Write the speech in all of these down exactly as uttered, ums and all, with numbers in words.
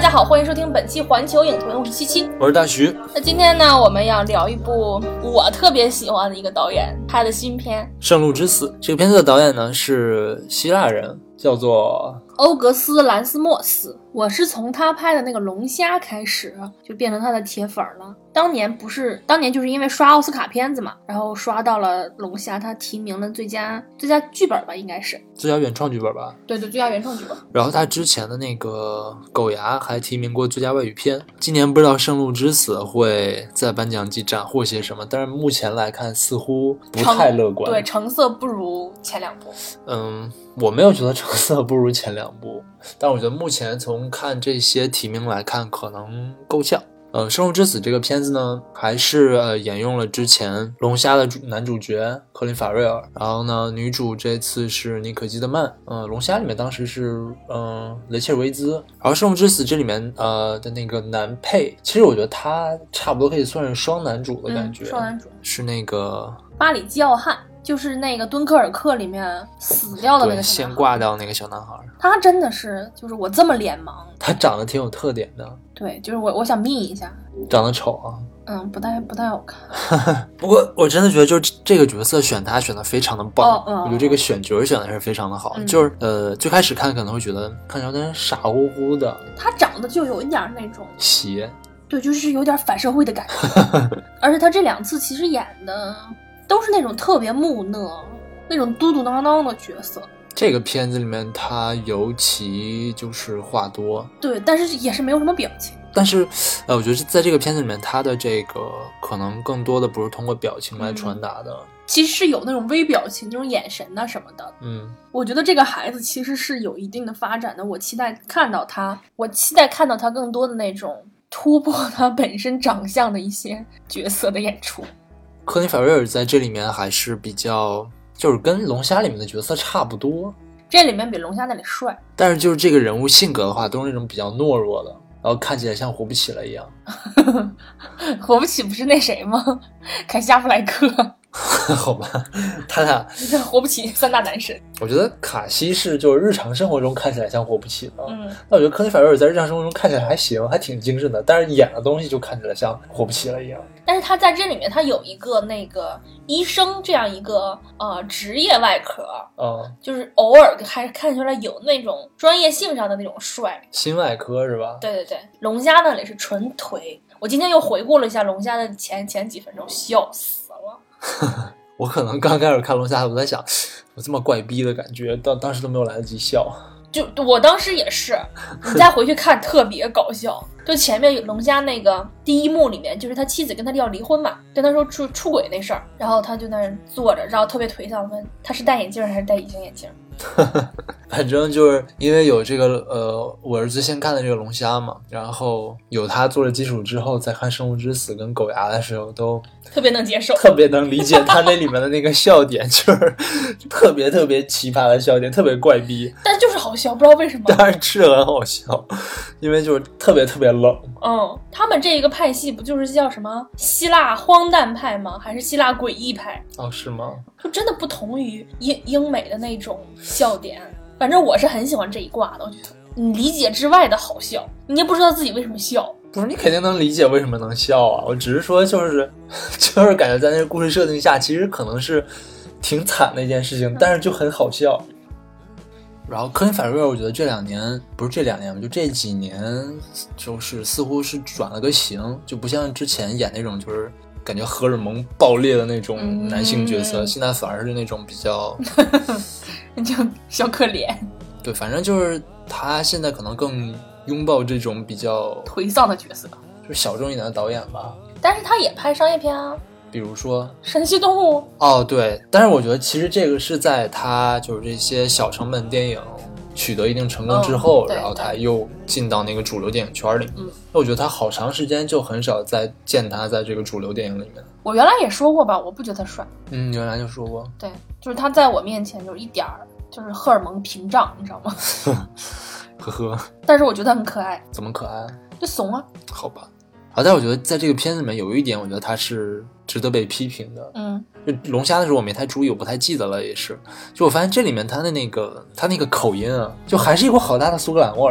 家好，欢迎收听本期环球影屯，我是七七， 我是大徐。 那今天呢，我们要聊一部我特别喜欢的一个导演拍的新片 《圣路之死》。这个片子的导演呢是希腊人，叫做欧格斯·兰斯莫斯。我是从他拍的那个龙虾开始就变成他的铁粉了。当年不是当年就是因为刷奥斯卡片子嘛，然后刷到了龙虾，他提名了最佳最佳剧本吧，应该是最佳原创剧本吧。 对对，最佳原创剧本。 然后他之前的那个狗牙还提名过最佳外语片。今年不知道《圣路之死》会在颁奖季斩获些什么，但是目前来看似乎不太乐观。 对，成色不如前两部。 嗯，我没有觉得成色不如前两部，但我觉得目前从看这些提名来看，可能够呛。呃，《圣路之死》这个片子呢，还是呃沿用了之前龙虾的主男主角科林·法瑞尔，然后呢，女主这次是妮可基德曼。呃，龙虾里面当时是嗯、呃、雷切尔·维兹，然后《圣路之死》这里面呃的那个男配，其实我觉得他差不多可以算是双男主的感觉。 嗯、双男主是那个巴里基奥汉。就是那个敦刻尔克里面死掉的那个小男孩，先挂掉那个小男孩， 他真的是就是我这么脸盲， 他长得挺有特点的。 对，就是我我想密一下， 长得丑啊， 嗯，不太不太好看。 不过我真的觉得就是这个角色选他选的非常的棒， 哦嗯、 我觉得这个选角选的是非常的好。 嗯、 就是呃最开始看可能会觉得看着有点傻乎乎的， 他长得就有一点那种邪， 对，就是有点反社会的感觉。而且他这两次其实演的都是那种特别木讷那种嘟嘟囔囔的角色。 这个片子里面他尤其就是话多， 对，但是也是没有什么表情。 但是呃我觉得在这个片子里面他的这个可能更多的不是通过表情来传达的、嗯、 其实是有那种微表情那种眼神啊什么的。 嗯， 我觉得这个孩子其实是有一定的发展的，我期待看到他我期待看到他更多的那种突破他本身长相的一些角色的演出。 科林·法瑞尔在这里面还是比较就是跟龙虾里面的角色差不多， 这里面比龙虾那里帅， 但是就是这个人物性格的话都是那种比较懦弱的，然后看起来像活不起来一样。 活不起不是那谁吗？凯西·阿弗莱克。 好吧，他俩活不起三大男神。 我觉得卡西是就是日常生活中看起来像活不起的， 嗯， 那我觉得科林·法瑞尔在日常生活中看起来还行，还挺精神的，但是演的东西就看起来像活不起来一样。 但是他在这里面他有一个那个医生这样一个呃职业外壳， 嗯， 就是偶尔还看出来有那种专业性上的那种帅。 心外科是吧？ 对对对，龙虾那里是纯颓。我今天又回顾了一下龙虾的前前几分钟，笑死了。 我可能刚开始看龙虾我在想有这么怪逼的感觉，到当时都没有来得及笑。 就我当时也是，你再回去看特别搞笑。就前面有龙虾那个第一幕里面，就是他妻子跟他要离婚嘛，跟他说出出轨那事儿，然后他就在那坐着，然后特别颓丧，问他是戴眼镜还是戴隐形眼镜。 反正就是因为有这个呃，我儿子先看的这个龙虾嘛，然后有他做了基础之后，再看《生物之死》跟《狗牙》的时候，都特别能接受， 特别能理解他那里面的那个笑点，就是特别特别奇葩的笑点，特别怪逼， 但就是好笑，不知道为什么。 当然是很好笑，因为就是特别特别冷。 嗯，他们这一个派系不就是叫什么希腊荒诞派吗？还是希腊诡异派？ 哦，是吗？ 就真的不同于英英美的那种笑点。反正我是很喜欢这一挂的，我觉得你理解之外的好笑，你也不知道自己为什么笑。 不是，你肯定能理解为什么能笑啊！我只是说，就是就是感觉在那个故事设定下，其实可能是挺惨的一件事情，但是就很好笑。然后科林·法瑞尔，我觉得这两年不是这两年，就这几年，就是似乎是转了个型，就不像之前演那种就是感觉荷尔蒙爆裂的那种男性角色，嗯、现在反而是那种比较就小可怜。 对，反正就是他现在可能更拥抱这种比较颓丧的角色， 就是小众一点的导演吧。 但是他也拍商业片啊。 比如说神奇动物哦，对，但是我觉得其实这个是在他就是这些小成本电影取得一定成功之后、嗯、然后他又进到那个主流电影圈里面。嗯，我觉得他好长时间就很少再见他在这个主流电影里面。 我原来也说过吧，我不觉得他帅。 嗯，原来就说过。 对，就是他在我面前就是一点儿就是荷尔蒙屏障，你知道吗？ 呵呵。 但是我觉得很可爱。 怎么可爱？ 就怂啊。 好吧。好，但我觉得在这个片子里面有一点，我觉得他是值得被批评的。 嗯， 就龙虾的时候我没太注意，我不太记得了，也是。就我发现这里面他的那个他那个口音啊，就还是一股好大的苏格兰味儿。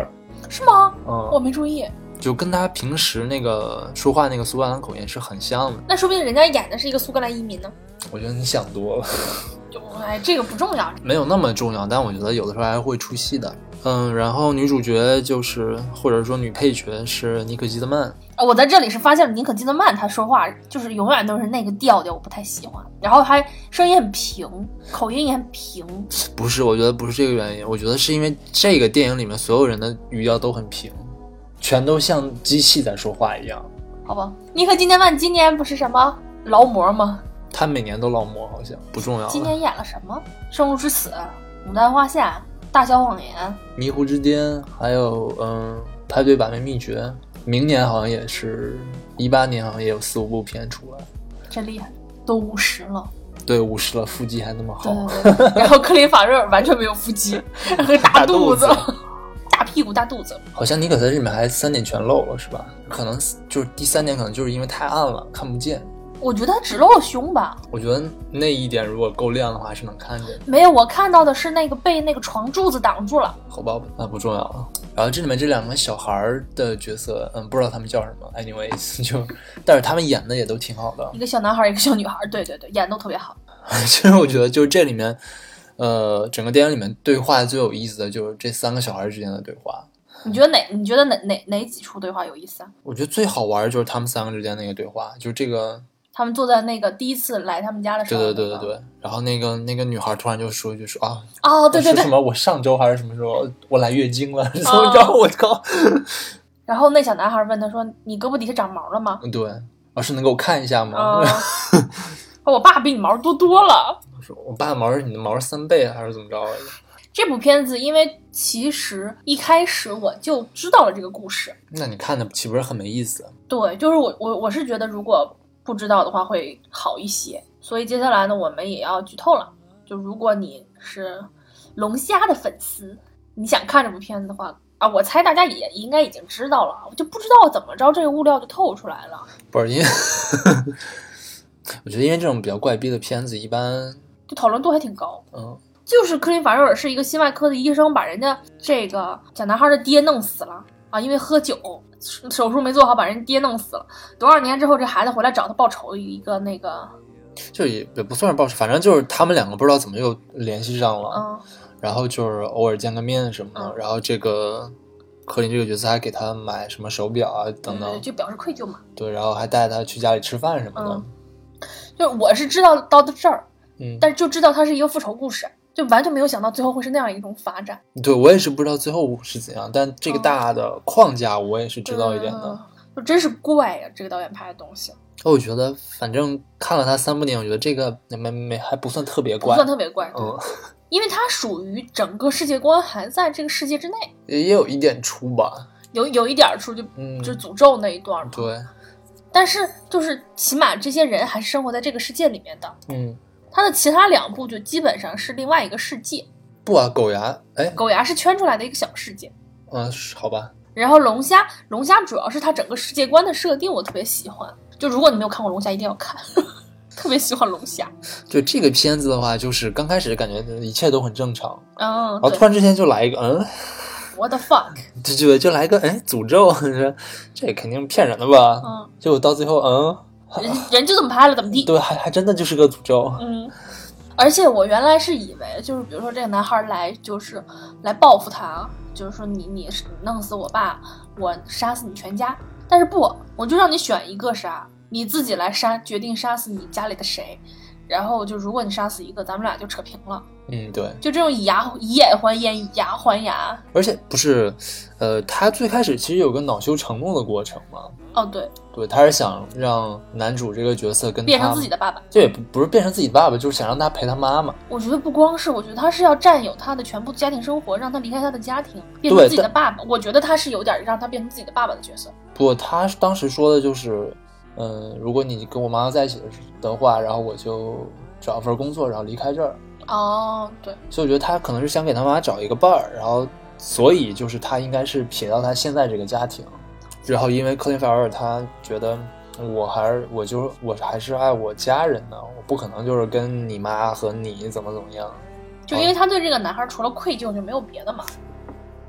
是吗？ 嗯， 我没注意。 就跟他平时那个说话那个苏格兰口音是很像的。 那说不定人家演的是一个苏格兰移民呢。 我觉得你想多了。 就哎，这个不重要， 没有那么重要，但我觉得有的时候还会出戏的。嗯，然后女主角就是或者说女配角是妮可基德曼。 我在这里是发现了妮可基德曼，她说话就是永远都是那个调调，我不太喜欢。然后还声音很平，口音也很平。 不是，我觉得不是这个原因，我觉得是因为这个电影里面所有人的语调都很平，全都像机器在说话一样。 好吧，妮可基德曼今年不是什么劳模吗？ 他每年都劳模，好像不重要。 今年演了什么？生路之死、牡丹花下、大小谎言、 迷糊之巅，还有嗯派对把妹秘诀。明年好像也是一八年，好像也有四五部片出来。 真厉害，都五十了。 对，五十了，腹肌还那么好。 对对对。然后克林法瑞尔完全没有腹肌，和大肚子。大屁股大肚子， 好像妮可在这里面还三点全露了，是吧？可能就是第三点，可能就是因为太暗了看不见。 我觉得他只露了胸吧。 我觉得那一点如果够亮的话是能看见。 没有，我看到的是那个被那个床柱子挡住了。 好吧，那不重要了。然后这里面这两个小孩的角色，嗯，不知道他们叫什么 ，anyways， 就，但是他们演的也都挺好的。 一个小男孩，一个小女孩，对对对，演的都特别好。 其实我觉得就是这里面，呃，整个电影里面对话最有意思的就是这三个小孩之间的对话。 你觉得哪？你觉得哪哪哪几处对话有意思啊？ 我觉得最好玩的就是他们三个之间那个对话，就是这个。 他们坐在那个第一次来他们家的时候、那个， 对对对对对。然后那个那个女孩突然就说一句说啊， 哦对对对， 什么我上周还是什么时候我来月经了，怎么着？我靠！ 然后那小男孩问他说：“你胳膊底下长毛了吗？” 对，老师能给我看一下吗？ 嗯、我爸比你毛多多了。 我说我爸毛是你的毛三倍还是怎么着来着？ 这部片子，因为其实一开始我就知道了这个故事， 那你看的岂不是很没意思？ 对，就是我我我是觉得如果不知道的话会好一些，所以接下来呢，我们也要剧透了。就如果你是龙虾的粉丝，你想看这部片子的话啊，我猜大家也应该已经知道了，我就不知道怎么着这个物料就透出来了。 不是因为，我觉得因为这种比较怪逼的片子，一般就讨论度还挺高。 嗯。 就是克林法瑞尔是一个心外科的医生，把人家这个小男孩的爹弄死了啊，因为喝酒手术没做好，把人爹弄死了。多少年之后，这孩子回来找他报仇，一个那个， 就也也不算是报仇，反正就是他们两个不知道怎么又联系上了， 嗯， 然后就是偶尔见个面什么的，嗯、然后这个柯林这个角色还给他买什么手表啊等等， 对对就表示愧疚嘛。 对，然后还带他去家里吃饭什么的。 嗯、就是我是知道到的这儿， 嗯， 但是就知道它是一个复仇故事。就完全没有想到最后会是那样一种发展。 对，我也是不知道最后是怎样，但这个大的框架我也是知道一点的。 嗯、就真是怪呀、啊，这个导演拍的东西。 我觉得反正看了他三部电影，我觉得这个没没还不算特别怪， 不算特别怪， 嗯， 因为它属于整个世界观还在这个世界之内， 也有一点出吧， 有有一点出就、嗯、就诅咒那一段。 对， 但是就是起码这些人还是生活在这个世界里面的， 嗯。 他的其他两部就基本上是另外一个世界。 不啊，狗牙，哎， 狗牙是圈出来的一个小世界。 嗯，好吧。 然后龙虾，龙虾主要是它整个世界观的设定，我特别喜欢。就如果你没有看过龙虾，一定要看，特别喜欢龙虾。 就这个片子的话，就是刚开始感觉一切都很正常， 嗯， 然后突然之间就来一个，嗯 ，What the fuck， 就就就来一个，哎，诅咒，说这肯定骗人的吧？ 嗯， 结果到最后，嗯。 人人就这么拍了，怎么地？ 对，还还真的就是个诅咒。 嗯，而且我原来是以为，就是比如说这个男孩来，就是来报复他，就是说你你弄死我爸，我杀死你全家。但是不，我就让你选一个杀，你自己来杀，决定杀死你家里的谁。然后就如果你杀死一个，咱们俩就扯平了。 嗯，对， 就这种以牙以眼还眼，以牙还牙。 而且不是，呃，他最开始其实有个恼羞成怒的过程嘛。 哦，对， 对，他是想让男主这个角色跟他变成自己的爸爸， 这也不不是变成自己的爸爸，就是想让他陪他妈妈。 我觉得不光是，我觉得他是要占有他的全部家庭生活，让他离开他的家庭，变成自己的爸爸。我觉得他是有点让他变成自己的爸爸的角色。 不，他当时说的就是，嗯、呃，如果你跟我妈妈在一起的话，然后我就找份工作，然后离开这儿。 哦，对， 所以我觉得他可能是想给他妈找一个伴儿，然后所以就是他应该是撇到他现在这个家庭。然后因为克林法尔他觉得我还是我就我还是爱我家人呢，我不可能就是跟你妈和你怎么怎么样， 就因为他对这个男孩除了愧疚就没有别的嘛。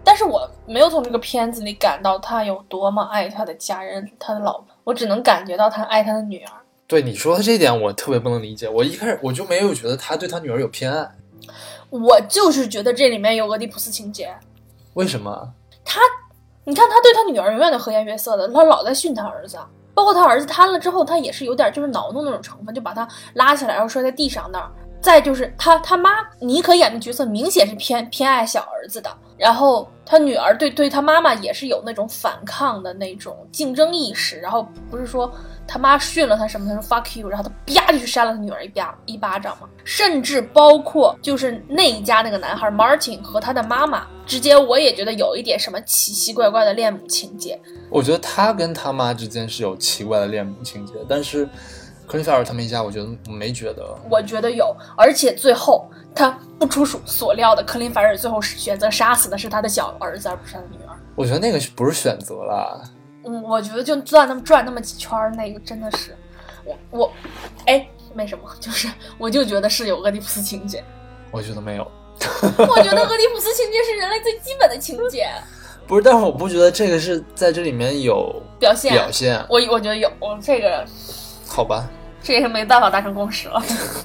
但是我没有从这个片子里感到他有多么爱他的家人，他的老婆，我只能感觉到他爱他的女儿。 对你说的这一点我特别不能理解，我一开始我就没有觉得他对他女儿有偏爱。 我就是觉得这里面有俄狄浦斯情节。 为什么？ 他你看他对他女儿永远都和颜悦色的，他老在训他儿子，包括他儿子瘫了之后，他也是有点就是恼怒那种成分，就把他拉起来然后摔在地上那儿。再就是他他妈妮可演的角色明显是偏偏爱小儿子的，然后他女儿对对他妈妈也是有那种反抗的那种竞争意识，然后不是说他妈训了他什么，他说 fuck you， 然后他啪就去扇了他女儿一巴一巴掌嘛。甚至包括就是那一家那个男孩 Martin 和他的妈妈之间，我也觉得有一点什么奇奇怪怪的恋母情节。 我觉得他跟他妈之间是有奇怪的恋母情节，但是克林菲尔他们一家我觉得没觉得。 我觉得有，而且最后他不出所料的，克林菲尔最后选择杀死的是他的小儿子而不是他的女儿。 我觉得那个不是选择了。 嗯，我觉得就转那么转那么几圈，那个真的是我我哎没什么，就是我就觉得是有俄狄浦斯情节。 我觉得没有。 我觉得俄狄浦斯情节是人类最基本的情节。 不是，但是我不觉得这个是在这里面有表现表现。 我我觉得有，我这个好吧， 这也是没办法达成共识了。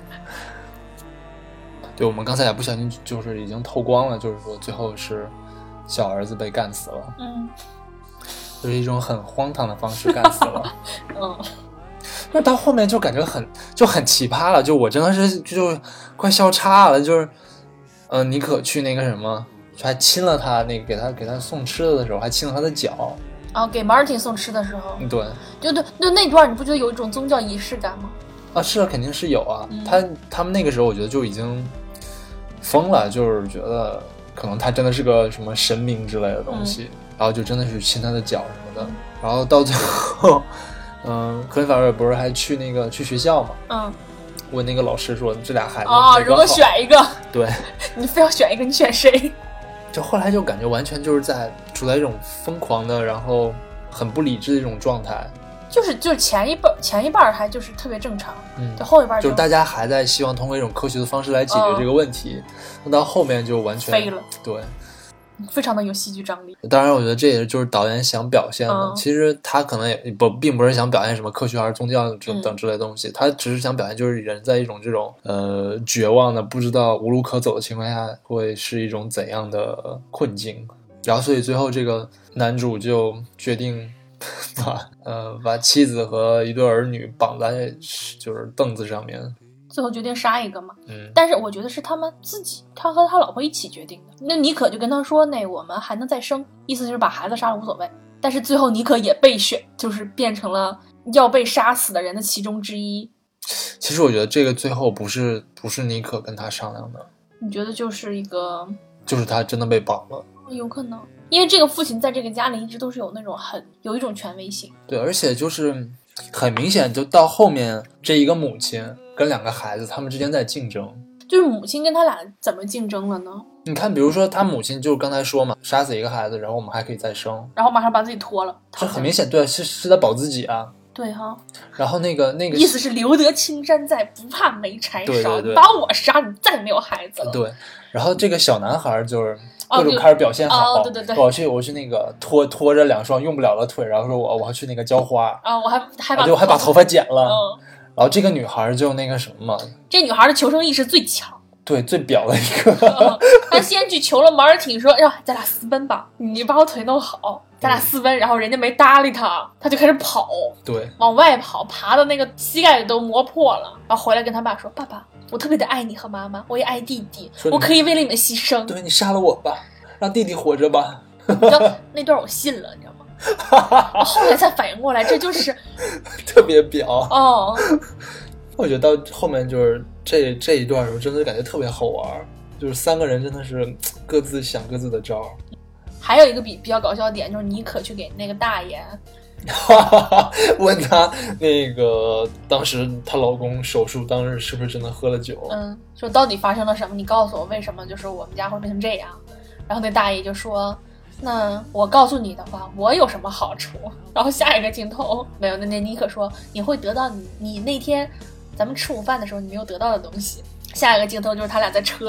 对，我们刚才也不小心就是已经透光了，就是说最后是小儿子被干死了。 嗯， 就是一种很荒唐的方式干死了。 嗯， 那到后面就感觉很就很奇葩了，就我真的是就快笑岔了，就是呃妮可去那个什么还亲了他，那个给他给他送吃的的时候还亲了他的脚。 然后给 Martin 送吃的时候， 对， 就对，就那段你不觉得有一种宗教仪式感吗？ 啊，是啊，肯定是有啊。 嗯、 他他们那个时候我觉得就已经疯了，就是觉得可能他真的是个什么神明之类的东西，嗯、然后就真的是亲他的脚什么的。嗯、然后到最后，嗯，克林法尔不是还去那个去学校嘛？嗯。问那个老师说这俩孩子哦，如果选一个， 对， 你非要选一个，你选谁？ 就后来就感觉完全就是在处在一种疯狂的，然后很不理智的一种状态。 就是就是前一半前一半还就是特别正常，嗯，就后一半就, 就是大家还在希望通过一种科学的方式来解决这个问题，那、嗯、到后面就完全飞了， 对， 非常的有戏剧张力。 当然，我觉得这也就是导演想表现的。嗯、其实他可能也不并不是想表现什么科学还是宗教等之类的东西，嗯、他只是想表现就是人在一种这种呃绝望的、不知道无路可走的情况下，会是一种怎样的困境。然后，所以最后这个男主就决定把呃把妻子和一对儿女绑在就是凳子上面。 最后决定杀一个嘛， 嗯， 但是我觉得是他们自己，他和他老婆一起决定的。那妮可就跟他说，那我们还能再生，意思就是把孩子杀了无所谓。但是最后妮可也被选，就是变成了要被杀死的人的其中之一。 其实我觉得这个最后不是不是妮可跟他商量的， 你觉得就是一个， 就是他真的被绑了， 有可能，因为这个父亲在这个家里一直都是有那种很有一种权威性。 对，而且就是很明显，就到后面这一个母亲跟两个孩子他们之间在竞争。 就是母亲跟他俩怎么竞争了呢？ 你看比如说他母亲就是刚才说嘛，杀死一个孩子然后我们还可以再生， 然后马上把自己脱了， 这很明显，对，是是在保自己啊。 对哈， 然后那个那个意思是留得青山在，不怕没柴烧。 对对对， 你把我杀，你再没有孩子了。 对，然后这个小男孩就是各种开始表现好， 哦、对对对， 我要去我去那个拖拖着两双用不了的腿，然后说我我要去那个浇花啊，我还还把就还把头发剪了。 嗯， 然后这个女孩就那个什么嘛， 这女孩的求生意识最强。 对，最表的一个。 嗯、他先去求了 Martin 说，呀，咱俩私奔吧，你把我腿弄好，咱俩私奔。嗯、然后人家没搭理他，他就开始跑， 对， 往外跑，爬的那个膝盖都磨破了。然后回来跟他爸说，爸爸，我特别的爱你和妈妈，我也爱弟弟，我可以为了你们牺牲。 对，你杀了我吧，让弟弟活着吧。 你知道那段我信了，你知道吗？我后来才反应过来，这就是特别表哦。 我觉得到后面就是这这一段的时候，真的感觉特别好玩，就是三个人真的是各自想各自的招。 还有一个比比较搞笑的点，就是妮可去给那个大爷问他那个当时她老公手术当时是不是真的喝了酒， 嗯，说到底发生了什么，你告诉我为什么就是我们家会变成这样。然后那大爷就说，那我告诉你的话，我有什么好处？然后下一个镜头没有，那那妮可说，你会得到你你那天咱们吃午饭的时候你没有得到的东西。下一个镜头就是他俩在车里，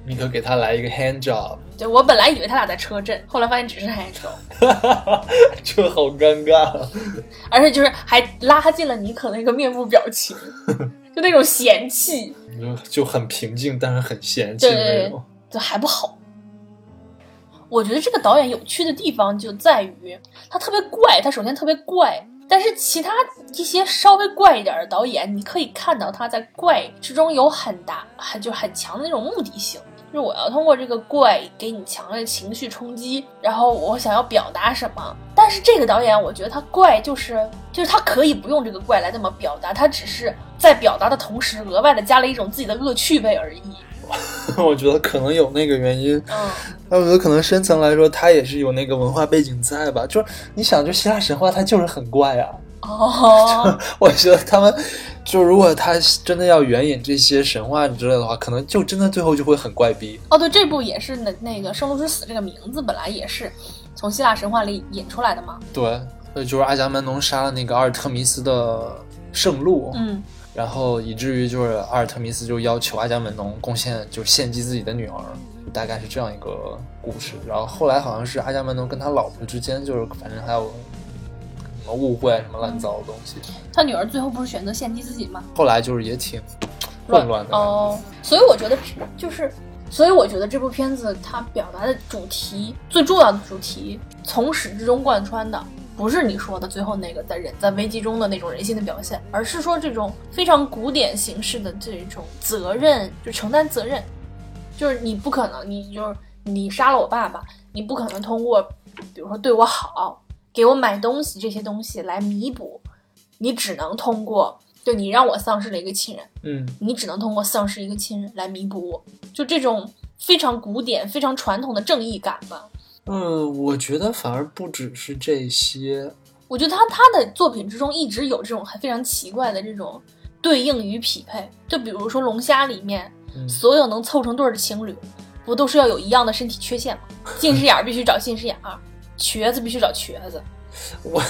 你可给他来一个 hand job。 对，我本来以为他俩在车震，后来发现只是 hand job。 这好尴尬。 而且就是还拉近了妮可那个面部表情，就那种嫌弃， 就很平静，但是很嫌弃那种。 对，还不好。我觉得这个导演有趣的地方就在于他特别怪，他首先特别怪，但是其他一些稍微怪一点的导演，你可以看到他在怪之中有很大很就很强的那种目的性，就是我要通过这个怪给你强烈的情绪冲击，然后我想要表达什么。但是这个导演我觉得他怪就是就是他可以不用这个怪来这么表达，他只是在表达的同时额外的加了一种自己的恶趣味而已。 我觉得可能有那个原因， 嗯， 那我觉得可能深层来说，他也是有那个文化背景在吧。就是你想，就希腊神话，它就是很怪啊。 哦， 我觉得他们就如果他真的要援引这些神话之类的话，可能就真的最后就会很怪逼。 哦，对，这部也是那那个《圣路之死》这个名字本来也是从希腊神话里引出来的嘛。 对，就是阿伽门农杀了那个阿尔特弥斯的圣鹿。 嗯。 然后以至于就是阿尔特弥斯就要求阿伽门农贡献，就献祭自己的女儿，大概是这样一个故事。然后后来好像是阿伽门农跟他老婆之间，就是反正还有什么误会，什么乱糟的东西。 他女儿最后不是选择献祭自己吗？ 后来就是也挺混乱的哦。所以我觉得就是，所以我觉得这部片子它表达的主题最重要的主题，从始至终贯穿的。不是你说的最后那个在人在危机中的那种人性的表现，而是说这种非常古典形式的这种责任，就承担责任，就是你不可能，你就是你杀了我爸爸，你不可能通过比如说对我好，给我买东西这些东西来弥补，你只能通过就你让我丧失了一个亲人， 嗯， 你只能通过丧失一个亲人来弥补我，就这种非常古典、非常传统的正义感吧。 嗯，我觉得反而不只是这些。 我觉得他他的作品之中一直有这种非常奇怪的这种对应与匹配。就比如说《龙虾》里面、嗯，所有能凑成对的情侣，不都是要有一样的身体缺陷吗？近视眼必须找近视眼，瘸子必须找瘸子。 我，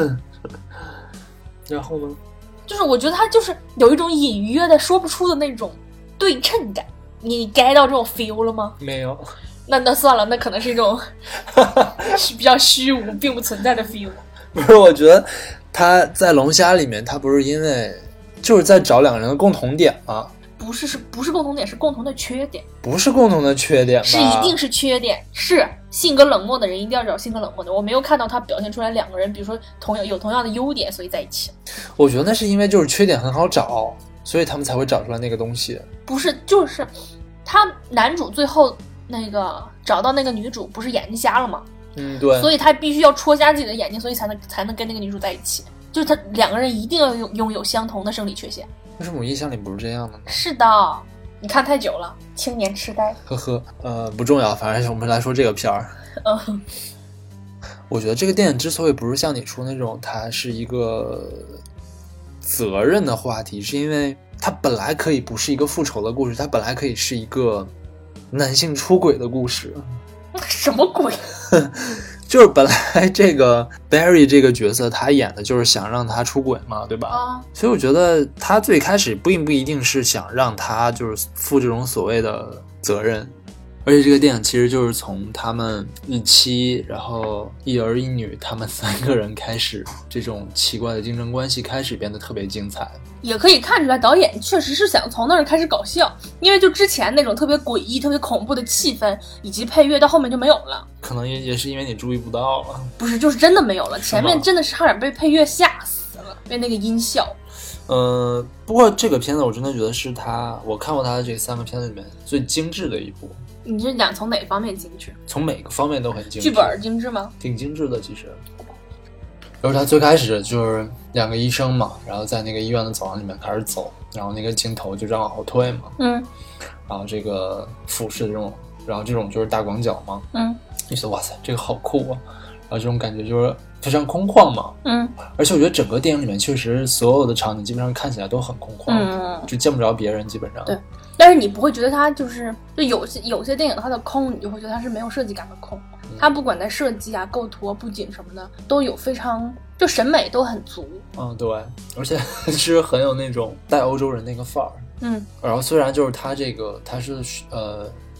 然后呢？ 就是我觉得他就是有一种隐约的说不出的那种对称感。你 get 到这种 feel 了吗？ 没有。 那那算了，那可能是一种比较虚无并不存在的 feel。 不是，我觉得他在龙虾里面，他不是因为就是在找两个人的共同点吗？ 不是，是不是共同点，是共同的缺点。 不是共同的缺点吧？ 是一定是缺点。是性格冷漠的人一定要找性格冷漠的。我没有看到他表现出来两个人比如说同样有同样的优点所以在一起。 我觉得那是因为就是缺点很好找，所以他们才会找出来那个东西。 不是，就是他男主最后那个找到那个女主不是眼睛瞎了吗？ 嗯，对。 所以他必须要戳瞎自己的眼睛，所以才能才能跟那个女主在一起。就是他两个人一定要拥拥有相同的生理缺陷。为什么我印象里不是这样的吗？ 是的，你看太久了，青年痴呆。 呵呵，呃，不重要，反正我们来说这个片儿。 嗯， 我觉得这个电影之所以不是像你说那种，它是一个责任的话题，是因为它本来可以不是一个复仇的故事，它本来可以是一个男性出轨的故事。 什么鬼？ 就是本来这个 Barry 这个角色他演的就是想让他出轨嘛，对吧？ 啊， 所以我觉得他最开始并不一定是想让他就是负这种所谓的责任，而且这个电影其实就是从他们一妻然后一儿一女他们三个人开始，这种奇怪的竞争关系开始变得特别精彩。 也可以看出来导演确实是想从那儿开始搞笑，因为就之前那种特别诡异特别恐怖的气氛以及配乐到后面就没有了。 可能也也是因为你注意不到了。 不是，就是真的没有了，前面真的是差点被配乐吓死了，因为那个音效。 呃，不过这个片子我真的觉得是他我看过他的这三个片子里面最精致的一部。 你是讲从哪方面精致？ 从每个方面都很精致。 剧本精致吗？ 挺精致的其实。然后他最开始就是两个医生嘛，然后在那个医院的走廊里面开始走，然后那个镜头就这样往后退嘛， 嗯， 然后这个俯视这种，然后这种就是大广角嘛， 嗯， 你说哇塞这个好酷啊，然后这种感觉就是非常空旷嘛， 嗯， 而且我觉得整个电影里面确实所有的场景基本上看起来都很空旷， 嗯， 就见不着别人基本上。 对，但是你不会觉得它就是就有些有些电影它的空，你就会觉得它是没有设计感的空。它不管在设计啊、构图啊、布景什么的，都有非常就审美都很足。 嗯，对，而且是很有那种带欧洲人那个范儿。 嗯， 然后虽然就是它这个它是呃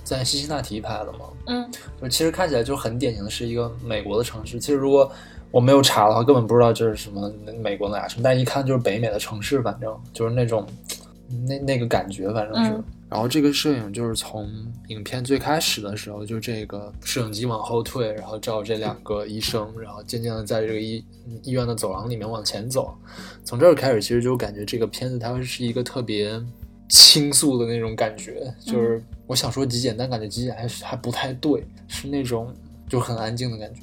在西西那提拍的嘛， 嗯， 就其实看起来就很典型的是一个美国的城市。其实如果我没有查的话，根本不知道这是什么美国哪城，但一看就是北美的城市，反正就是那种那那个感觉，反正是。嗯，然后这个摄影就是从影片最开始的时候，就这个摄影机往后退，然后照这两个医生，然后渐渐的在这个医医院的走廊里面往前走。从这儿开始，其实就感觉这个片子它会是一个特别倾诉的那种感觉，就是我想说极简，但感觉极简还是还不太对，是那种就很安静的感觉。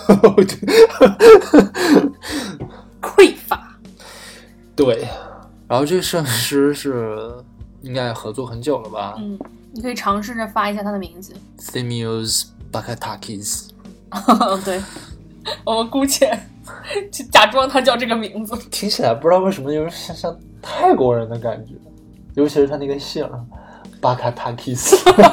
匮乏。 对，然后这个摄影师是应该合作很久了吧？ 嗯，你可以尝试着发一下他的名字 Themios Bakatakis。 对，我们姑且就假装他叫这个名字。 听起来不知道为什么有点像像泰国人的感觉，尤其是他那个姓 Bakatakis。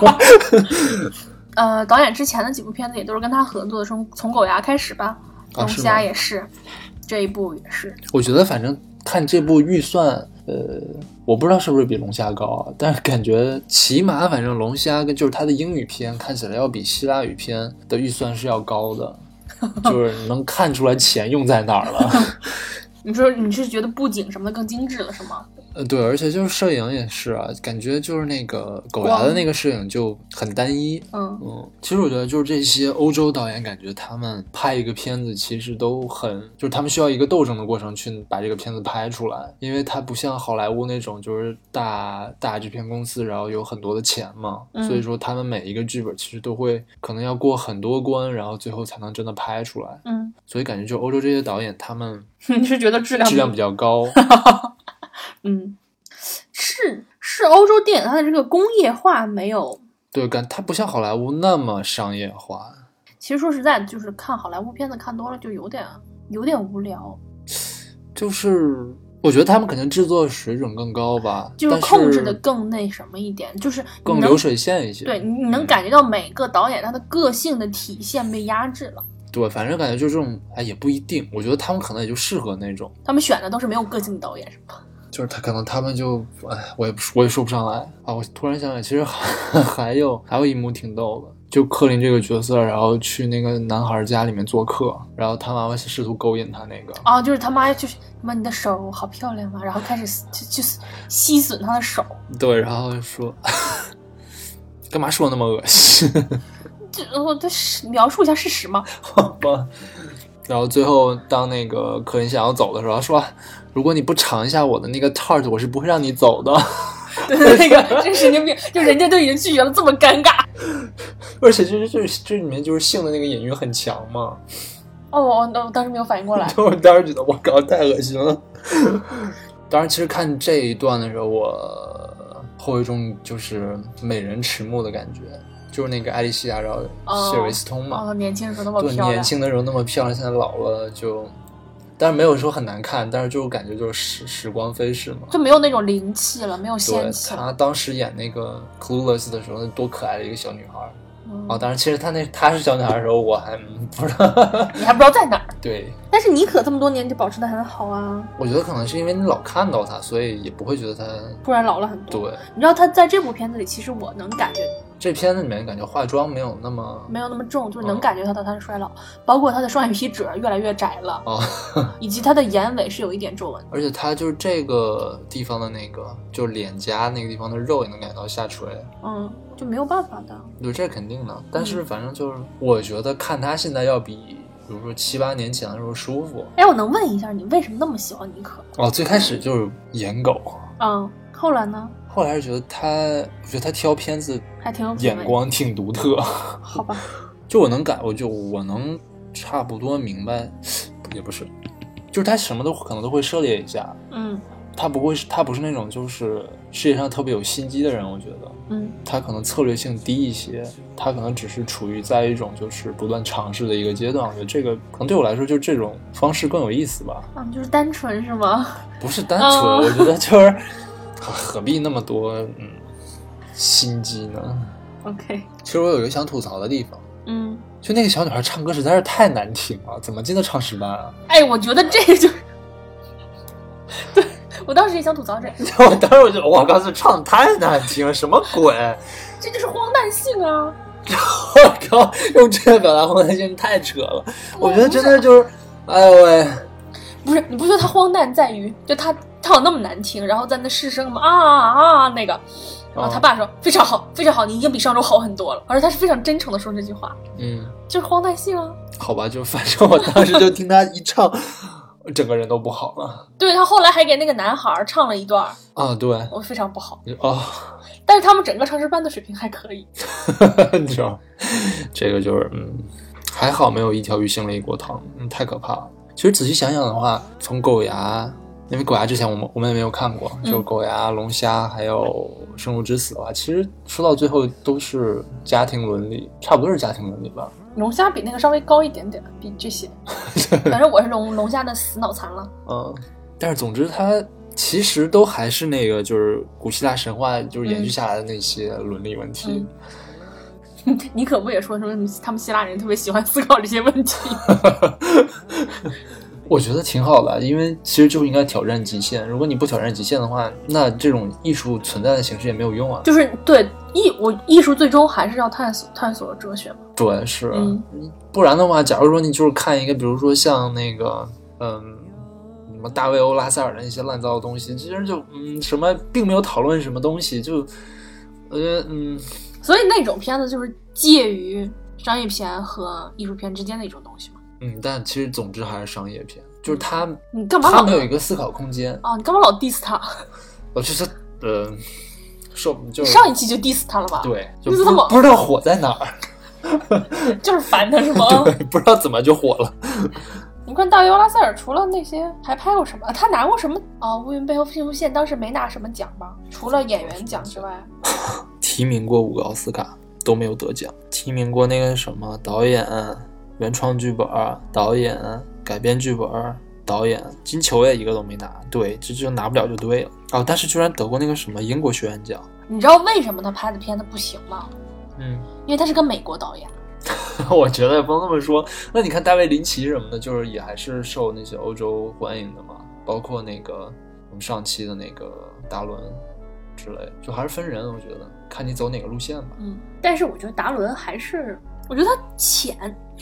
呃，导演之前的几部片子也都是跟他合作的，从从狗牙开始吧，龙虾也是、啊、是这一部也是。我觉得反正看这部预算呃，我不知道是不是比龙虾高啊，但是感觉起码反正龙虾跟就是它的英语片看起来要比希腊语片的预算是要高的，就是能看出来钱用在哪儿了。 你说你是觉得布景什么的更精致了是吗？ 呃，对，而且就是摄影也是啊，感觉就是那个狗牙的那个摄影就很单一。嗯嗯，其实我觉得就是这些欧洲导演，感觉他们拍一个片子其实都很，就是他们需要一个斗争的过程去把这个片子拍出来，因为它不像好莱坞那种就是大大制片公司，然后有很多的钱嘛、嗯，所以说他们每一个剧本其实都会可能要过很多关，然后最后才能真的拍出来。嗯，所以感觉就欧洲这些导演他们， 你是觉得质量质量比较高？ 嗯，是是欧洲电影它的这个工业化没有， 对，感它不像好莱坞那么商业化。 其实说实在的，就是看好莱坞片子看多了就有点有点无聊。 就是我觉得他们肯定制作水准更高吧， 就是控制的更那什么一点，就是更流水线一些。 对，你能感觉到每个导演他的个性的体现被压制了。 对，反正感觉就这种，哎，也不一定。我觉得他们可能也就适合那种。 他们选的都是没有个性的导演，是吧？ 就是他可能他们就，哎，我也我也说不上来啊。我突然想起来，其实还还有还有一幕挺逗的，就柯林这个角色，然后去那个男孩家里面做客，然后他妈妈试图勾引他那个。 啊，就是他妈就是妈你的手好漂亮啊，然后开始去去吸吮他的手。 对，然后说干嘛说那么恶心？ 这我这描述一下事实吗？ 好吧。然后最后当那个柯林想要走的时候说，如果你不尝一下我的那个 tart 我是不会让你走的。 对，那个真神经病，就人家都已经拒绝了，这么尴尬。 而且这这这里面就是性的那个隐喻很强嘛。 哦，我我当时没有反应过来。 我当时觉得我靠太恶心了。当然其实看这一段的时候，我后有一种就是美人迟暮的感觉，就是那个艾莉西亚，然后谢尔维斯通嘛。 哦，年轻的时候那么漂亮。对，年轻的时候那么漂亮，现在老了就，但是没有说很难看，但是就感觉就是时时光飞逝嘛， 就没有那种灵气了，没有仙气了。 对，她当时演那个 Clueless 的时候，多可爱的一个小女孩。嗯、哦，当然，其实她那她是小女孩的时候，我还不知道， 你还不知道在哪儿。 对， 但是妮可这么多年就保持得很好啊。 我觉得可能是因为你老看到她，所以也不会觉得她突然老了很多。 对， 你知道她在这部片子里，其实我能感觉。 这片子里面感觉化妆没有那么没有那么重，就是能感觉到他的衰老、嗯，包括他的双眼皮褶越来越窄了，哦，以及他的眼尾是有一点皱纹， 而且他就是这个地方的那个，就是脸颊那个地方的肉也能感觉到下垂， 嗯，就没有办法的， 对，这肯定的。但是反正就是，我觉得看他现在要比，比如说七八年前的时候舒服。 哎，我能问一下，你为什么那么喜欢妮可？ 哦，最开始就是颜狗， 嗯，后来呢？ 后来是觉得他，我觉得他挑片子还挺有眼光挺独特。 好吧， 就我能感，我就我能差不多明白，也不是，就是他什么都可能都会涉猎一下。嗯，他不会是，他不是那种就是世界上特别有心机的人，我觉得。嗯，他可能策略性低一些，他可能只是处于在一种就是不断尝试的一个阶段。我觉得这个可能对我来说，就这种方式更有意思吧。 嗯，就是单纯是吗？ 不是单纯，哦、我觉得就是。何必那么多嗯心机呢 ？OK， 其实我有一个想吐槽的地方，嗯，就那个小女孩唱歌实在是太难听了，怎么进的唱诗班啊？ 哎，我觉得这个就是，对我当时也想吐槽这我当时我就我告诉唱得太难听了，什么鬼？ 这就是荒诞性啊！ 我靠，用这个表达荒诞性太扯了。我觉得真的就是，哎呦喂， 不是你不觉得它荒诞在于，就他唱那么难听，然后在那失声嘛啊啊那个，然后他爸说、哦、非常好，非常好，你已经比上周好很多了，而且他是非常真诚的说这句话， 嗯， 就是荒诞性啊。 好吧，就反正我当时就听他一唱。整个人都不好了。 对，他后来还给那个男孩唱了一段啊，对， 我非常不好哦。 但是他们整个唱诗班的水平还可以。 你知道，这个就是嗯，还好没有一条鱼腥了一锅汤，嗯，太可怕了。其实仔细想想的话，从狗牙，因为狗牙之前我们我们也没有看过，就狗牙、龙虾还有生路之死的话，其实说到最后都是家庭伦理，差不多是家庭伦理吧。 龙虾比那个稍微高一点点，比这些。反正我是龙龙虾的死脑残了。 嗯，但是总之它其实都还是那个就是古希腊神话就是延续下来的那些伦理问题。 嗯、你可不也说说他们希腊人特别喜欢思考这些问题？ 我觉得挺好的，因为其实就应该挑战极限。如果你不挑战极限的话，那这种艺术存在的形式也没有用啊。 就是对艺，我艺术最终还是要探索探索哲学嘛。 对，是、 嗯， 不然的话，假如说你就是看一个，比如说像那个，嗯，什么大卫欧拉塞尔的一些烂糟的东西，其实就嗯什么并没有讨论什么东西，就我觉得嗯， 所以那种片子就是介于商业片和艺术片之间的一种东西嘛。 嗯，但其实总之还是商业片，就是他， 你干嘛老他没有一个思考空间啊？你干嘛老 diss 他？ 我就是呃，受就上一期就 diss 他了吧？ 对，就不, 不, 不知道火在哪儿， 就是烦他是吗？ 对，不知道怎么就火了。 你看大卫欧拉塞尔除了那些还拍过什么？他拿过什么啊？乌云背后幸福线当时没拿什么奖吧？除了演员奖之外， 提名过五个奥斯卡都没有得奖，提名过那个什么导演。原创剧本、导演、改编剧本、导演，金球也一个都没拿。对，这就拿不了就对了。哦，但是居然得过那个什么英国学院奖。 你知道为什么他拍的片子不行吗？ 嗯， 因为他是个美国导演。 我觉得也不能这么说。那你看大卫林奇什么的，就是也还是受那些欧洲欢迎的嘛，包括那个我们上期的那个达伦之类，就还是分人。我觉得看你走哪个路线吧。 嗯，但是我觉得达伦还是。我觉得他浅，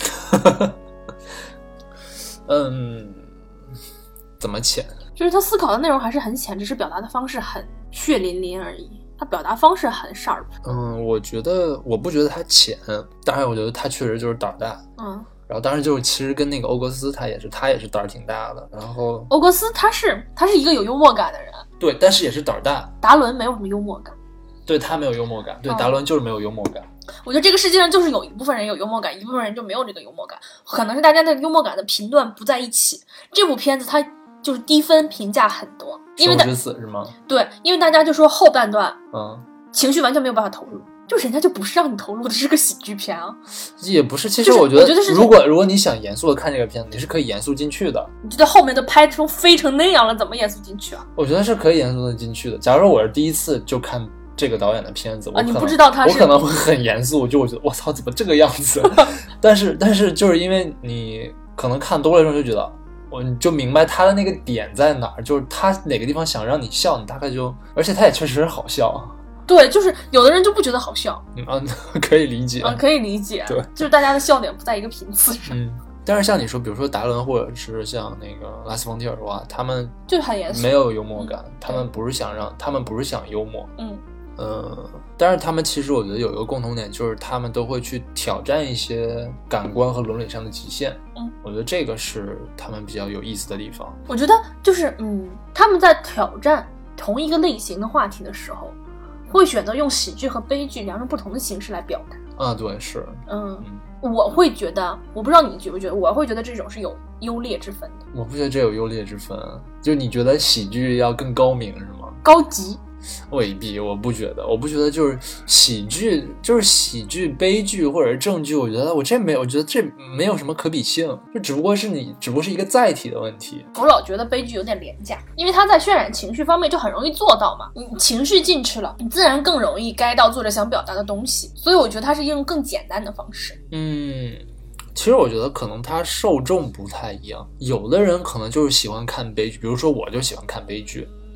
嗯，怎么浅？ 就是他思考的内容还是很浅，只是表达的方式很血淋淋而已。他表达方式很 sharp。 嗯，我觉得我不觉得他浅，当然我觉得他确实就是胆大。 嗯， 然后当然就是其实跟那个欧格斯他也是他也是胆儿挺大的。然后欧格斯他是他是一个有幽默感的人， 对，但是也是胆儿大。 达伦没有什么幽默感。 对，他没有幽默感，对、哦、达伦就是没有幽默感。 我觉得这个世界上就是有一部分人有幽默感，一部分人就没有这个幽默感，可能是大家的幽默感的频段不在一起。这部片子它就是低分评价很多，因为生之死是吗？ 对，因为大家就说后半段嗯， 情绪完全没有办法投入，就人家就不是让你投入的，是个喜剧片啊。 也不是，其实我觉得，就是、如果如果你想严肃的看这个片子，你是可以严肃进去的。 你觉得后面都拍成飞成那样了，怎么严肃进去啊？ 我觉得是可以严肃的进去的。假如我是第一次就看这个导演的片子，我啊，你不知道他是， 我可能会很严肃，就我觉得我操，怎么这个样子？但是但是就是因为你可能看多了之后就觉得，我你就明白他的那个点在哪儿，就是他哪个地方想让你笑，你大概就，而且他也确实是好笑。 对，就是有的人就不觉得好笑， 嗯啊，可以理解， 啊，可以理解， 对， 就是大家的笑点不在一个频次上。 嗯。但是像你说，比如说达伦或者是像那个拉斯冯提尔的话，他们就很严肃， 没有幽默感，嗯、他们不是想让，他们不是想幽默， 嗯。 呃，但是他们其实我觉得有一个共同点，就是他们都会去挑战一些感官和伦理上的极限。 嗯， 我觉得这个是他们比较有意思的地方。 我觉得就是嗯，他们在挑战同一个类型的话题的时候，会选择用喜剧和悲剧两种不同的形式来表达。 啊，对，是。 嗯，嗯我会觉得，我不知道你觉不觉得，我会觉得这种是有优劣之分的。 我不觉得这有优劣之分，就你觉得喜剧要更高明是吗？ 高级。 未必，我不觉得，我不觉得就是喜剧，就是喜剧、悲剧或者是正剧，我觉得我这没有，我觉得这没有什么可比性，就只不过是你，只不过是一个载体的问题。 我老觉得悲剧有点廉价，因为它在渲染情绪方面就很容易做到嘛，你情绪进去了，你自然更容易该到作者想表达的东西，所以我觉得它是用更简单的方式。 嗯。其实我觉得可能他受众不太一样，有的人可能就是喜欢看悲剧，比如说我就喜欢看悲剧。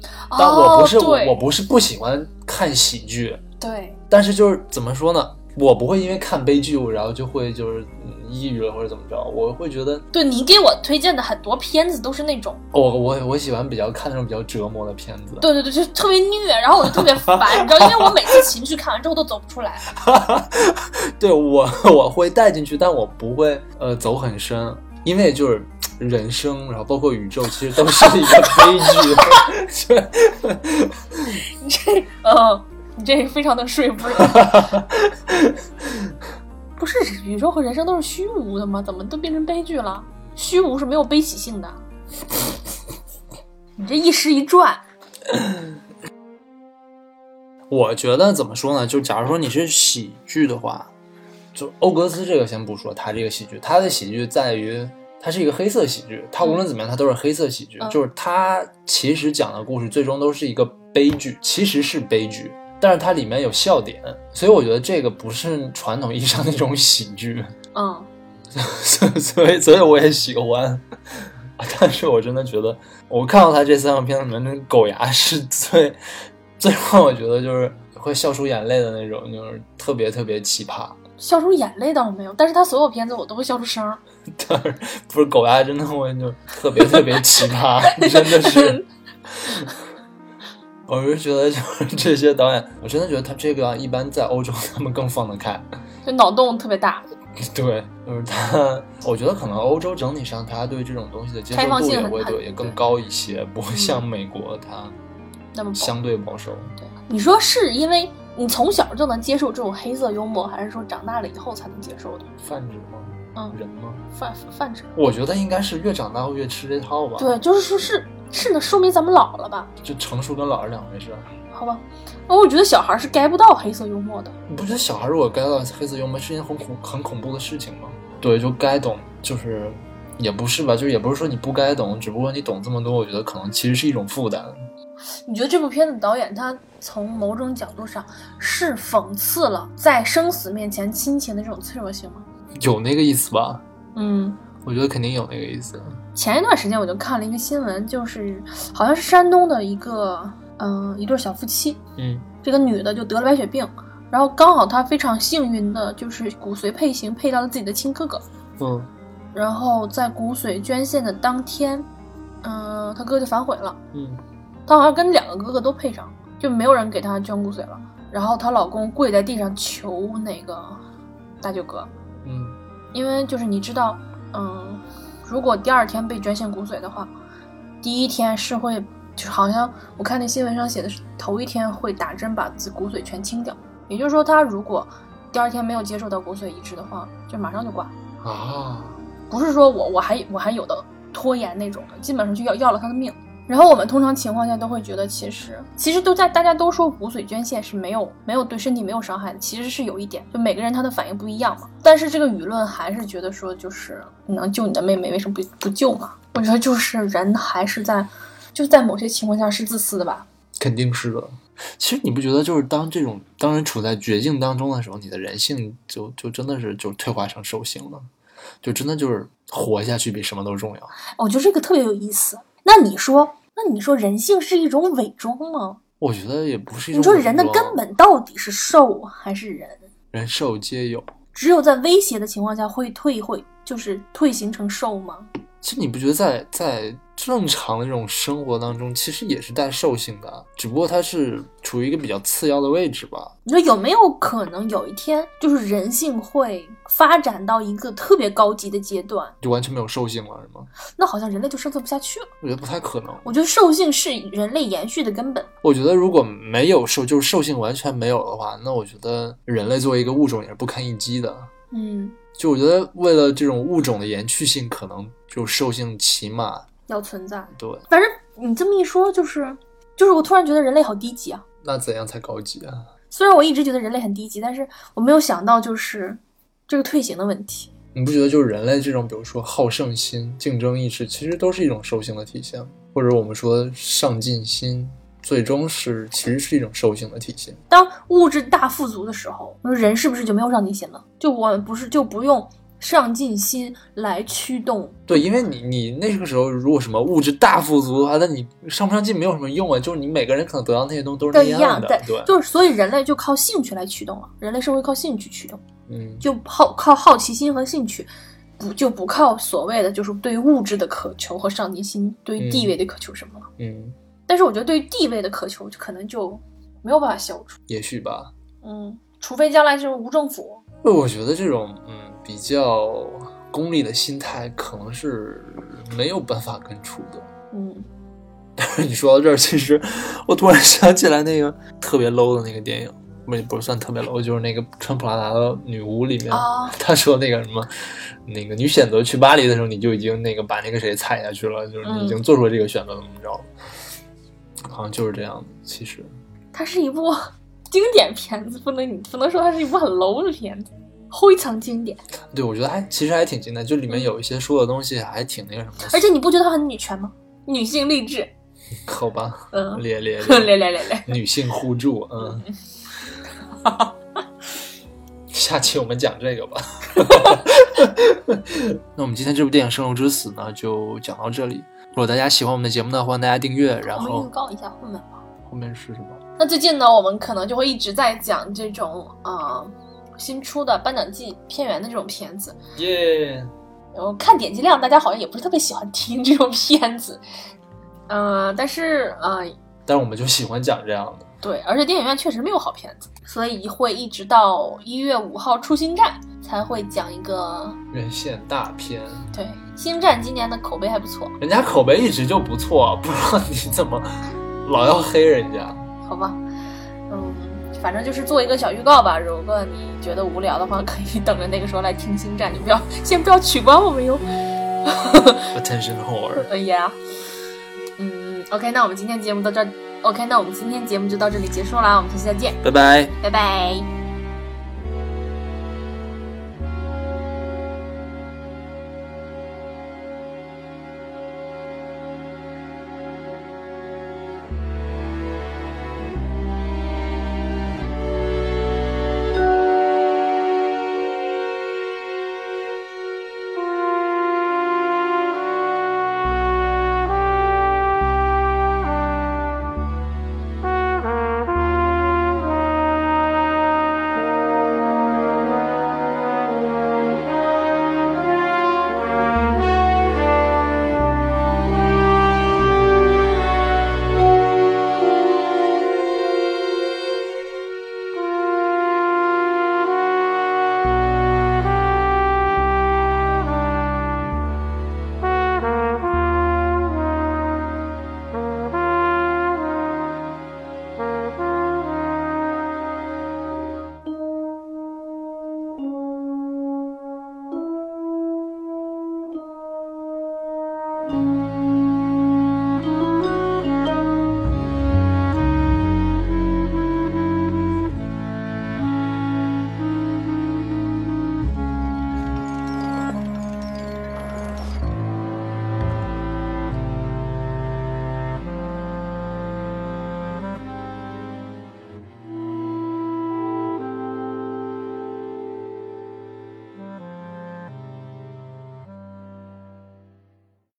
但我不是、 哦、 我不是不喜欢看喜剧， 对， 但是就是怎么说呢，我不会因为看悲剧然后就会就是抑郁了或者怎么着，我会觉得对你给我推荐的很多片子都是那种我我我喜欢比较看那种比较折磨的片子， 对对对，就特别虐，然后我就特别烦，你知道，因为我每次情绪看完之后都走不出来。 对我我会带进去，但我不会呃走很深，因为就是人生，然后包括宇宙，其实都是一个悲剧。 你这呃，你这非常的说服人。不是宇宙和人生都是虚无的吗？怎么都变成悲剧了？虚无是没有悲喜性的。你这一时一转。 我觉得怎么说呢？就假如说你是喜剧的话，就欧格斯这个先不说，他这个喜剧，他的喜剧在于它是一个黑色喜剧，它无论怎么样，它都是黑色喜剧，嗯、就是它其实讲的故事最终都是一个悲剧，其实是悲剧。但是它里面有笑点，所以我觉得这个不是传统意义上那种喜剧。 嗯， 所以所以我也喜欢，但是我真的觉得，我看到他这三个片子里面，那狗牙是最最让我觉得就是会笑出眼泪的那种，就是特别特别奇葩。 笑出眼泪倒是没有，但是他所有片子我都会笑出声。 但是不是狗牙真的会就特别特别奇葩，真的是。我是觉得就是这些导演，我真的觉得他这个一般在欧洲他们更放得开， 就脑洞特别大。 对，就是他，我觉得可能欧洲整体上他对这种东西的接受度也会对也更高一些，不会像美国他那么相对保守。 对，你说是因为你从小就能接受这种黑色幽默，还是说长大了以后才能接受的？ 泛指吗？嗯，人吗？ 泛泛指。 我觉得应该是越长大会越吃这套吧。 对，就是说是。是的，说明咱们老了吧？ 就成熟跟老是两回事。 好吧，我觉得小孩是 get 不到黑色幽默的。 你不觉得小孩如果 get 到黑色幽默是一件很恐很恐怖的事情吗？对，就该懂，就是也不是吧，就是也不是说你不该懂，只不过你懂这么多，我觉得可能其实是一种负担。 你觉得这部片子导演他从某种角度上是讽刺了在生死面前亲情的这种脆弱性吗？ 有那个意思吧？ 嗯。 我觉得肯定有那个意思。 前一段时间我就看了一个新闻，就是好像是山东的一个嗯、呃、一对小夫妻， 嗯， 这个女的就得了白血病，然后刚好她非常幸运的就是骨髓配型配到了自己的亲哥哥， 嗯， 然后在骨髓捐献的当天，嗯、呃，她哥就反悔了， 嗯， 她好像跟两个哥哥都配上，就没有人给她捐骨髓了，然后她老公跪在地上求那个大舅哥， 嗯， 因为就是你知道。嗯，如果第二天被捐献骨髓的话，第一天是会，就是好像我看那新闻上写的是头一天会打针把骨髓全清掉，也就是说他如果第二天没有接受到骨髓移植的话，就马上就挂啊， 不是说我我还我还有的拖延那种的，基本上就要要了他的命。然后我们通常情况下都会觉得，其实其实都在大家都说骨髓捐献是没有没有对身体没有伤害的，其实是有一点，就每个人他的反应不一样嘛。但是这个舆论还是觉得说，就是你能救你的妹妹，为什么不不救呢？我觉得就是人还是在，就是在某些情况下是自私的吧。 肯定是的。其实你不觉得，就是当这种当人处在绝境当中的时候，你的人性就就真的是就退化成兽性了，就真的就是活下去比什么都重要。 我觉得这个特别有意思。那你说，那你说人性是一种伪装吗？ 我觉得也不是一种伪装。 你说人的根本到底是兽还是人？ 人兽皆有， 只有在威胁的情况下会退会就是退形成兽吗？ 其实你不觉得在在正常的这种生活当中，其实也是带兽性的，只不过它是处于一个比较次要的位置吧。 你说有没有可能有一天，就是人性会发展到一个特别高级的阶段， 就完全没有兽性了，是吗？ 那好像人类就生存不下去了。 我觉得不太可能。 我觉得兽性是人类延续的根本。 我觉得如果没有兽，就是兽性完全没有的话，那我觉得人类作为一个物种也是不堪一击的。 嗯， 就我觉得为了这种物种的延续性，可能就兽性起码要存在。 对， 反正你这么一说，就是就是我突然觉得人类好低级啊。 那怎样才高级啊？ 虽然我一直觉得人类很低级，但是我没有想到就是这个退行的问题。 你不觉得就是人类这种比如说好胜心、竞争意识，其实都是一种兽性的体现，或者我们说上进心，最终是其实是一种兽性的体现。 当物质大富足的时候，人是不是就没有上进心了？就我们不是就不用上进心来驱动。 对，因为你你那个时候如果什么物质大富足的话，那你上不上进没有什么用啊，就是你每个人可能得到那些东西都是那样的， 对， 对， 就是所以人类就靠兴趣来驱动了，人类社会靠兴趣驱动， 嗯， 就好靠好奇心和兴趣，不就不靠所谓的就是对物质的渴求和上进心，对于地位的渴求什么了， 嗯， 但是我觉得对于地位的渴求可能就没有办法消除， 也许吧， 嗯，除非将来是无政府。 我觉得这种嗯比较功利的心态可能是没有办法根除的。 嗯， 但是你说到这儿，其实我突然想起来那个特别 low 的那个电影，不是不是算特别 low，就是那个穿普拉达的女巫里面， 哦、 他说那个什么，那个你选择去巴黎的时候，你就已经那个把那个谁踩下去了，就是你已经做出了这个选择，怎么着？嗯、好像就是这样的。其实它是一部经典片子，不能你不能说它是一部很 low 的片子，非常经典。 对，我觉得还其实还挺经典，就里面有一些说的东西还挺那个什么的。 而且你不觉得它很女权吗？女性励志。 好吧， 嗯， 咧咧咧咧咧咧， 女性互助，嗯。下期我们讲这个吧。那我们今天这部电影《生肉之死》呢，就讲到这里。如果大家喜欢我们的节目呢，欢迎大家订阅。然后我们预告一下后面吧。 后面是什么？ 那最近呢，我们可能就会一直在讲这种呃新出的颁奖季片源的这种片子。 耶、yeah ！ 然后看点击量，大家好像也不是特别喜欢听这种片子。呃，但是呃， 但是我们就喜欢讲这样的。 对，而且电影院确实没有好片子，所以会一直到一月五号出星战才会讲一个院线大片。 对，星战今年的口碑还不错， 人家口碑一直就不错，不知道你怎么老要黑人家。 好吧，嗯，反正就是做一个小预告吧。如果你觉得无聊的话，可以等着那个时候来听星战，你不要先不要取关我们哟。 Attention whore。 哎呀，嗯 ，OK， 那我们今天节目到这儿。OK， 那我们今天节目就到这里结束啦，我们下期再见， 拜拜， 拜拜。